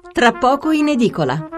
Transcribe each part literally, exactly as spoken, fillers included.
Tra poco in edicola.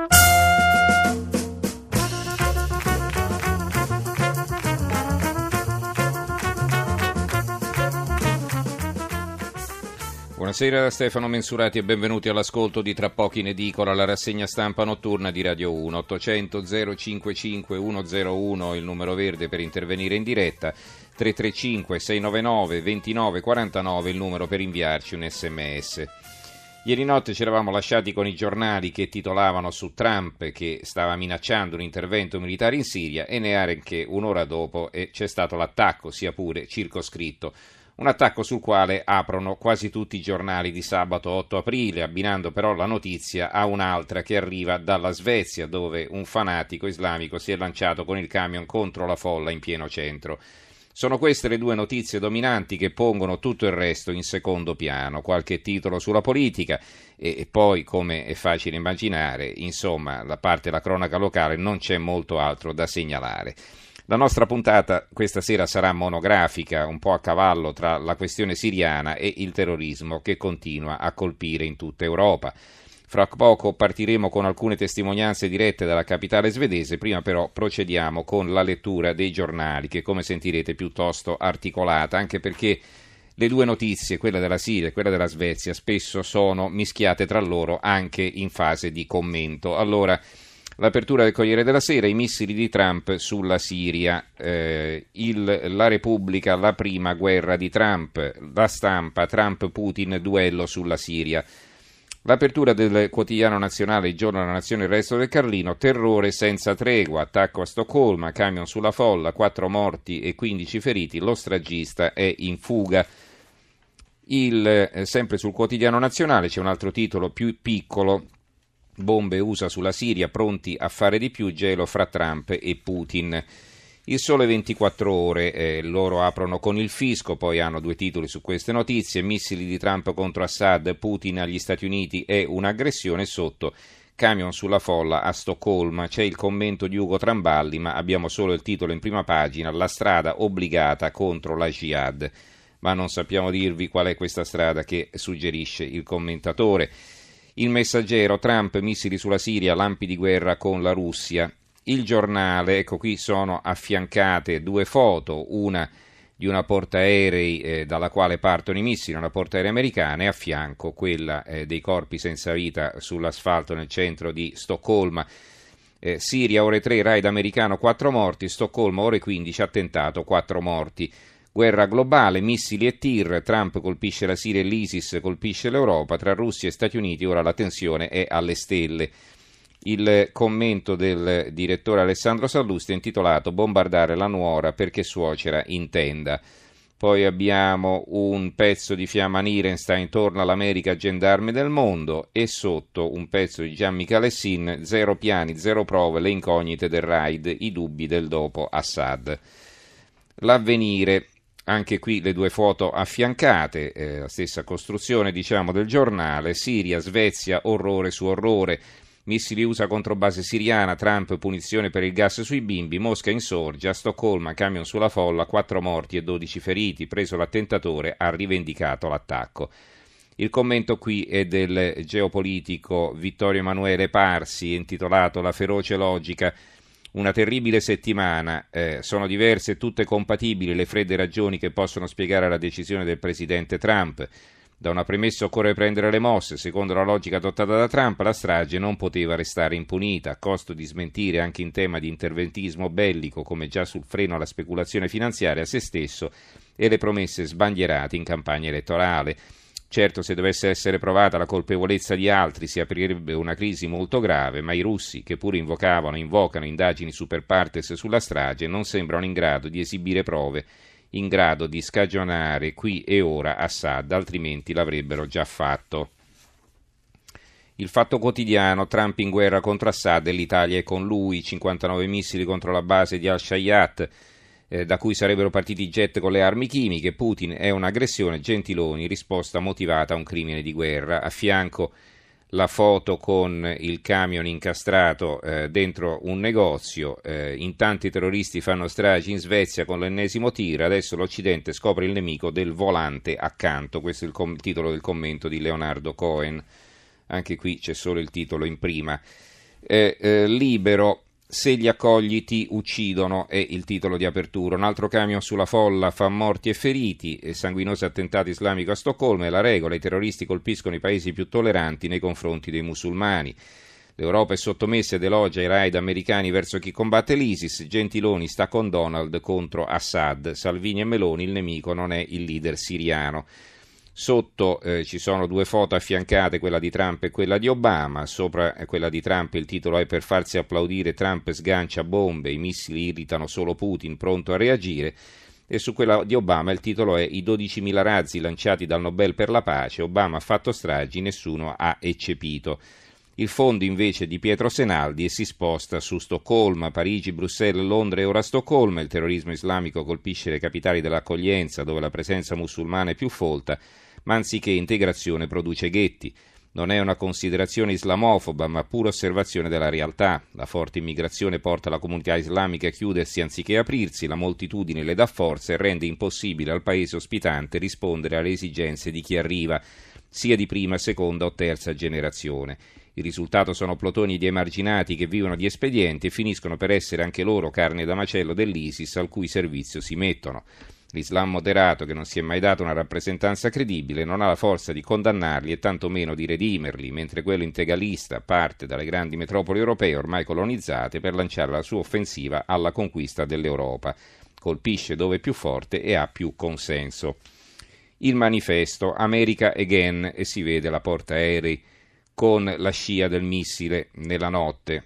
Buonasera da Stefano Mensurati e benvenuti all'ascolto di Tra poco in edicola, la rassegna stampa notturna di Radio uno. ottocento zero cinquantacinque centouno il numero verde per intervenire in diretta, tre tre cinque sei nove nove due nove quattro nove il numero per inviarci un sms. Ieri notte ci eravamo lasciati con i giornali che titolavano su Trump che stava minacciando un intervento militare in Siria e neanche un'ora dopo eh, c'è stato l'attacco, sia pure circoscritto. Un attacco sul quale aprono quasi tutti i giornali di sabato otto aprile, abbinando però la notizia a un'altra che arriva dalla Svezia, dove un fanatico islamico si è lanciato con il camion contro la folla in pieno centro. Sono queste le due notizie dominanti che pongono tutto il resto in secondo piano, qualche titolo sulla politica e poi, come è facile immaginare, insomma, da parte della cronaca locale non c'è molto altro da segnalare. La nostra puntata questa sera sarà monografica, un po' a cavallo tra la questione siriana e il terrorismo che continua a colpire in tutta Europa. Fra poco partiremo con alcune testimonianze dirette dalla capitale svedese, prima però procediamo con la lettura dei giornali che, come sentirete, è piuttosto articolata, anche perché le due notizie, quella della Siria e quella della Svezia, spesso sono mischiate tra loro anche in fase di commento. Allora, l'apertura del Corriere della Sera, i missili di Trump sulla Siria, eh, il, la Repubblica, la prima guerra di Trump, la Stampa, Trump-Putin, duello sulla Siria. L'apertura del quotidiano nazionale, il giorno della nazione, il resto del Carlino, terrore senza tregua, attacco a Stoccolma, camion sulla folla, quattro morti e quindici feriti, lo stragista è in fuga. Il, eh, sempre sul quotidiano nazionale c'è un altro titolo più piccolo, bombe U S A sulla Siria, pronti a fare di più, gelo fra Trump e Putin. Il Sole ventiquattro ore, eh, loro aprono con il fisco, poi hanno due titoli su queste notizie, missili di Trump contro Assad, Putin agli Stati Uniti è un'aggressione, sotto camion sulla folla a Stoccolma, c'è il commento di Ugo Tramballi, ma abbiamo solo il titolo in prima pagina, la strada obbligata contro la jihad, ma non sappiamo dirvi qual è questa strada che suggerisce il commentatore. Il Messaggero, Trump, missili sulla Siria, lampi di guerra con la Russia. Il Giornale, ecco qui sono affiancate due foto, una di una portaerei eh, dalla quale partono i missili, una portaerei americana, e a fianco quella eh, dei corpi senza vita sull'asfalto nel centro di Stoccolma. Eh, Siria, ore tre, raid americano, quattro morti, Stoccolma, ore quindici, attentato, quattro morti. Guerra globale, missili e tir, Trump colpisce la Siria e l'ISIS colpisce l'Europa, tra Russia e Stati Uniti ora la tensione è alle stelle. Il commento del direttore Alessandro Sallusti è intitolato Bombardare la nuora perché suocera intenda. Poi abbiamo un pezzo di Fiamma Nirenstein, torna all'America gendarme del mondo, e sotto un pezzo di Gian Michele Sin, zero piani, zero prove, le incognite del raid, i dubbi del dopo Assad. L'Avvenire, anche qui le due foto affiancate, eh, la stessa costruzione diciamo del giornale, Siria, Svezia, orrore su orrore, missili U S A contro base siriana, Trump, punizione per il gas sui bimbi, Mosca insorge, a Stoccolma, camion sulla folla, quattro morti e dodici feriti, preso l'attentatore, ha rivendicato l'attacco. Il commento qui è del geopolitico Vittorio Emanuele Parsi, intitolato La feroce logica. Una terribile settimana, eh, sono diverse e tutte compatibili le fredde ragioni che possono spiegare la decisione del presidente Trump. Da una premessa occorre prendere le mosse, secondo la logica adottata da Trump la strage non poteva restare impunita, a costo di smentire anche in tema di interventismo bellico, come già sul freno alla speculazione finanziaria, se stesso e le promesse sbandierate in campagna elettorale. Certo, se dovesse essere provata la colpevolezza di altri si aprirebbe una crisi molto grave, ma i russi, che pure invocavano e invocano indagini super partes sulla strage, non sembrano in grado di esibire prove in grado di scagionare qui e ora Assad, altrimenti l'avrebbero già fatto. Il Fatto Quotidiano, Trump in guerra contro Assad e l'Italia è con lui, cinquantanove missili contro la base di Al-Shayat, eh, da cui sarebbero partiti jet con le armi chimiche, Putin è un'aggressione, Gentiloni, risposta motivata a un crimine di guerra, a fianco la foto con il camion incastrato eh, dentro un negozio, eh, in tanti terroristi fanno stragi in Svezia con l'ennesimo tir, adesso l'Occidente scopre il nemico del volante accanto, questo è il com- titolo del commento di Leonardo Cohen. anche qui c'è solo il titolo in prima. Eh, eh, Libero, se li accogli ti uccidono è il titolo di apertura. Un altro camion sulla folla fa morti e feriti, e sanguinoso attentato islamico a Stoccolma, è la regola, i terroristi colpiscono i paesi più tolleranti nei confronti dei musulmani. L'Europa è sottomessa ed elogia i raid americani verso chi combatte l'ISIS. Gentiloni sta con Donald contro Assad. Salvini e Meloni, il nemico non è il leader siriano. Sotto eh, ci sono due foto affiancate, quella di Trump e quella di Obama. Sopra eh, quella di Trump il titolo è: per farsi applaudire Trump sgancia bombe, i missili irritano solo Putin, pronto a reagire. E su quella di Obama il titolo è: i dodicimila razzi lanciati dal Nobel per la pace, Obama ha fatto stragi, nessuno ha eccepito. Il fondo invece di Pietro Senaldi e si sposta su Stoccolma, Parigi, Bruxelles, Londra e ora Stoccolma. Il terrorismo islamico colpisce le capitali dell'accoglienza dove la presenza musulmana è più folta, ma anziché integrazione produce ghetti. Non è una considerazione islamofoba, ma pura osservazione della realtà. La forte immigrazione porta la comunità islamica a chiudersi anziché aprirsi, la moltitudine le dà forza e rende impossibile al paese ospitante rispondere alle esigenze di chi arriva, sia di prima, seconda o terza generazione. Il risultato sono plotoni di emarginati che vivono di espedienti e finiscono per essere anche loro carne da macello dell'ISIS al cui servizio si mettono. L'Islam moderato, che non si è mai dato una rappresentanza credibile, non ha la forza di condannarli e tantomeno di redimerli, mentre quello integralista parte dalle grandi metropoli europee ormai colonizzate per lanciare la sua offensiva alla conquista dell'Europa. Colpisce dove è più forte e ha più consenso. Il manifesto, America Again, e si vede la portaerei con la scia del missile nella notte.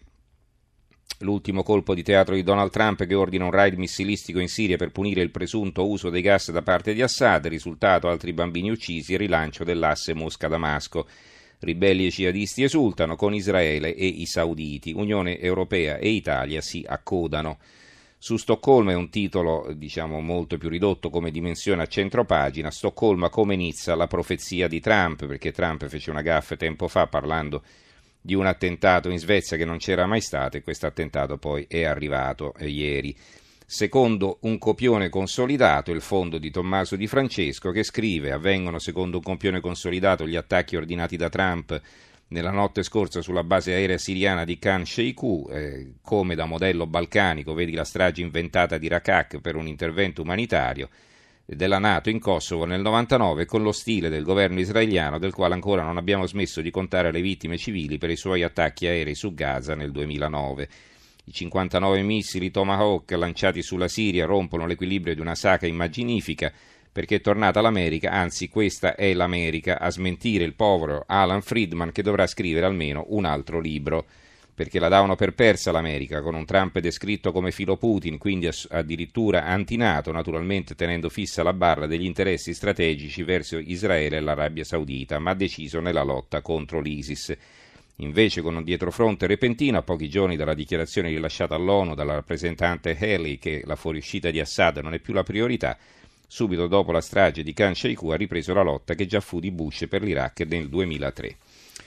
L'ultimo colpo di teatro di Donald Trump, che ordina un raid missilistico in Siria per punire il presunto uso dei gas da parte di Assad, risultato altri bambini uccisi e rilancio dell'asse Mosca-Damasco. Ribelli e jihadisti esultano con Israele e i sauditi. Unione Europea e Italia si accodano. Su Stoccolma è un titolo, diciamo, molto più ridotto come dimensione a centropagina. Stoccolma come Nizza, la profezia di Trump, perché Trump fece una gaffe tempo fa parlando di un attentato in Svezia che non c'era mai stato, e questo attentato poi è arrivato eh, ieri. Secondo un copione consolidato, il fondo di Tommaso Di Francesco, che scrive: avvengono secondo un copione consolidato gli attacchi ordinati da Trump nella notte scorsa sulla base aerea siriana di Khan Sheikhoun, eh, come da modello balcanico, vedi la strage inventata di Raqaq per un intervento umanitario della NATO in Kosovo nel novantanove, con lo stile del governo israeliano, del quale ancora non abbiamo smesso di contare le vittime civili per i suoi attacchi aerei su Gaza nel duemilanove. I cinquantanove missili Tomahawk lanciati sulla Siria rompono l'equilibrio di una saga immaginifica, perché è tornata l'America, anzi questa è l'America, a smentire il povero Alan Friedman, che dovrà scrivere almeno un altro libro, perché la davano per persa l'America, con un Trump descritto come filo Putin, quindi addirittura antinato, naturalmente tenendo fissa la barra degli interessi strategici verso Israele e l'Arabia Saudita, ma deciso nella lotta contro l'ISIS. Invece, con un dietrofront repentino, a pochi giorni dalla dichiarazione rilasciata all'ONU dalla rappresentante Haley che la fuoriuscita di Assad non è più la priorità, subito dopo la strage di Khan Sheikhoun ha ripreso la lotta che già fu di Bush per l'Iraq nel duemilatré.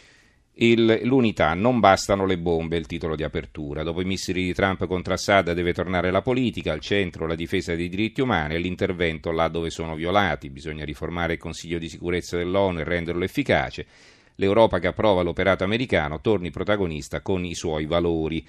Il, l'unità, non bastano le bombe, è il titolo di apertura. Dopo i missili di Trump contro Assad deve tornare la politica, al centro la difesa dei diritti umani e l'intervento là dove sono violati. Bisogna riformare il Consiglio di sicurezza dell'ONU e renderlo efficace. L'Europa, che approva l'operato americano, torni protagonista con i suoi valori.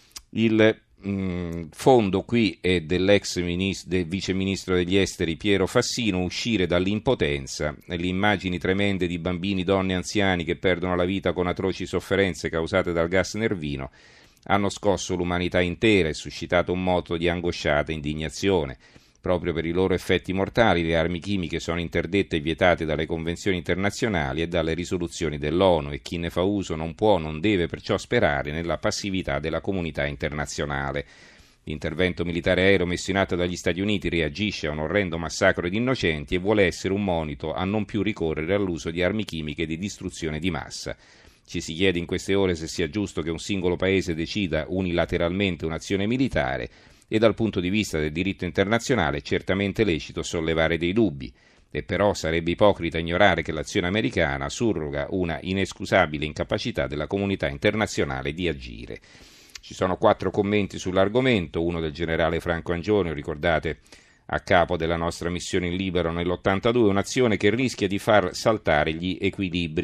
Il mh, fondo qui è dell'ex ministro, del vice ministro degli esteri Piero Fassino: uscire dall'impotenza. Le immagini tremende di bambini, donne e anziani che perdono la vita con atroci sofferenze causate dal gas nervino hanno scosso l'umanità intera e suscitato un moto di angosciata indignazione. Proprio per i loro effetti mortali le armi chimiche sono interdette e vietate dalle convenzioni internazionali e dalle risoluzioni dell'ONU, e chi ne fa uso non può, non deve perciò sperare nella passività della comunità internazionale. L'intervento militare aereo messo in atto dagli Stati Uniti reagisce a un orrendo massacro di innocenti e vuole essere un monito a non più ricorrere all'uso di armi chimiche di distruzione di massa. Ci si chiede in queste ore se sia giusto che un singolo paese decida unilateralmente un'azione militare, e dal punto di vista del diritto internazionale è certamente lecito sollevare dei dubbi, e però sarebbe ipocrita ignorare che l'azione americana surroga una inescusabile incapacità della comunità internazionale di agire. Ci sono quattro commenti sull'argomento, uno del generale Franco Angione, ricordate, a capo della nostra missione in Libero nell'ottantadue, un'azione che rischia di far saltare gli equilibri.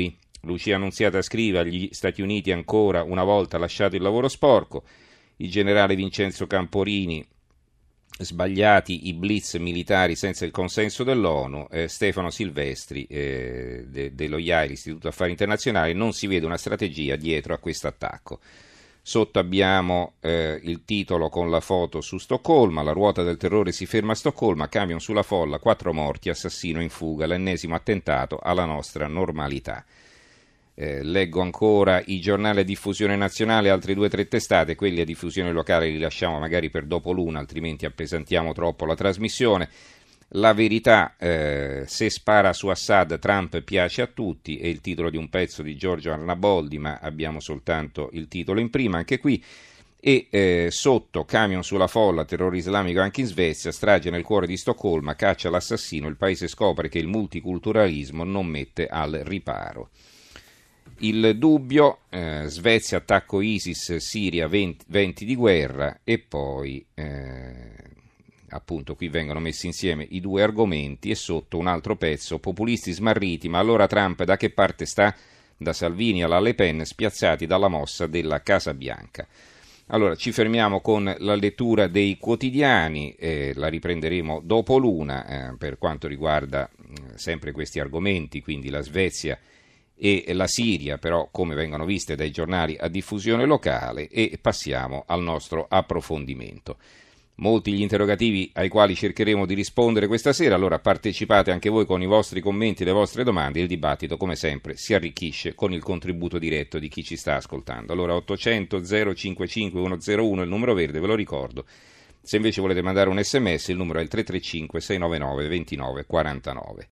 Lucia Annunziata scrive: agli Stati Uniti ancora una volta lasciato il lavoro sporco, il generale Vincenzo Camporini, sbagliati i blitz militari senza il consenso dell'ONU. eh, Stefano Silvestri eh, de, dello I A I, l'Istituto Affari Internazionali: non si vede una strategia dietro a questo attacco. Sotto abbiamo eh, il titolo con la foto su Stoccolma: la ruota del terrore si ferma a Stoccolma, camion sulla folla, quattro morti, assassino in fuga, l'ennesimo attentato alla nostra normalità. Eh, leggo ancora i giornali a diffusione nazionale, altri due o tre testate, quelli a diffusione locale li lasciamo magari per dopo l'una, altrimenti appesantiamo troppo la trasmissione. La Verità: eh, se spara su Assad Trump piace a tutti, è il titolo di un pezzo di Giorgio Arnaboldi, ma abbiamo soltanto il titolo in prima anche qui. E eh, sotto: camion sulla folla, terrore islamico anche in Svezia, strage nel cuore di Stoccolma, caccia l'assassino, il paese scopre che il multiculturalismo non mette al riparo. Il Dubbio: eh, Svezia, attacco ISIS, Siria, venti, venti di guerra. E poi eh, appunto qui vengono messi insieme i due argomenti, e sotto un altro pezzo: populisti smarriti, ma allora Trump da che parte sta? Da Salvini alla Le Pen, spiazzati dalla mossa della Casa Bianca. Allora ci fermiamo con la lettura dei quotidiani, eh, la riprenderemo dopo l'una eh, per quanto riguarda eh, sempre questi argomenti, quindi la Svezia e la Siria, però come vengono viste dai giornali a diffusione locale, e passiamo al nostro approfondimento. Molti gli interrogativi ai quali cercheremo di rispondere questa sera, allora partecipate anche voi con i vostri commenti e le vostre domande. Il dibattito, come sempre, si arricchisce con il contributo diretto di chi ci sta ascoltando. Allora ottocento zero cinquantacinque centouno è il numero verde, ve lo ricordo. Se invece volete mandare un sms, il numero è il tre tre cinque sei nove nove due nove quattro nove.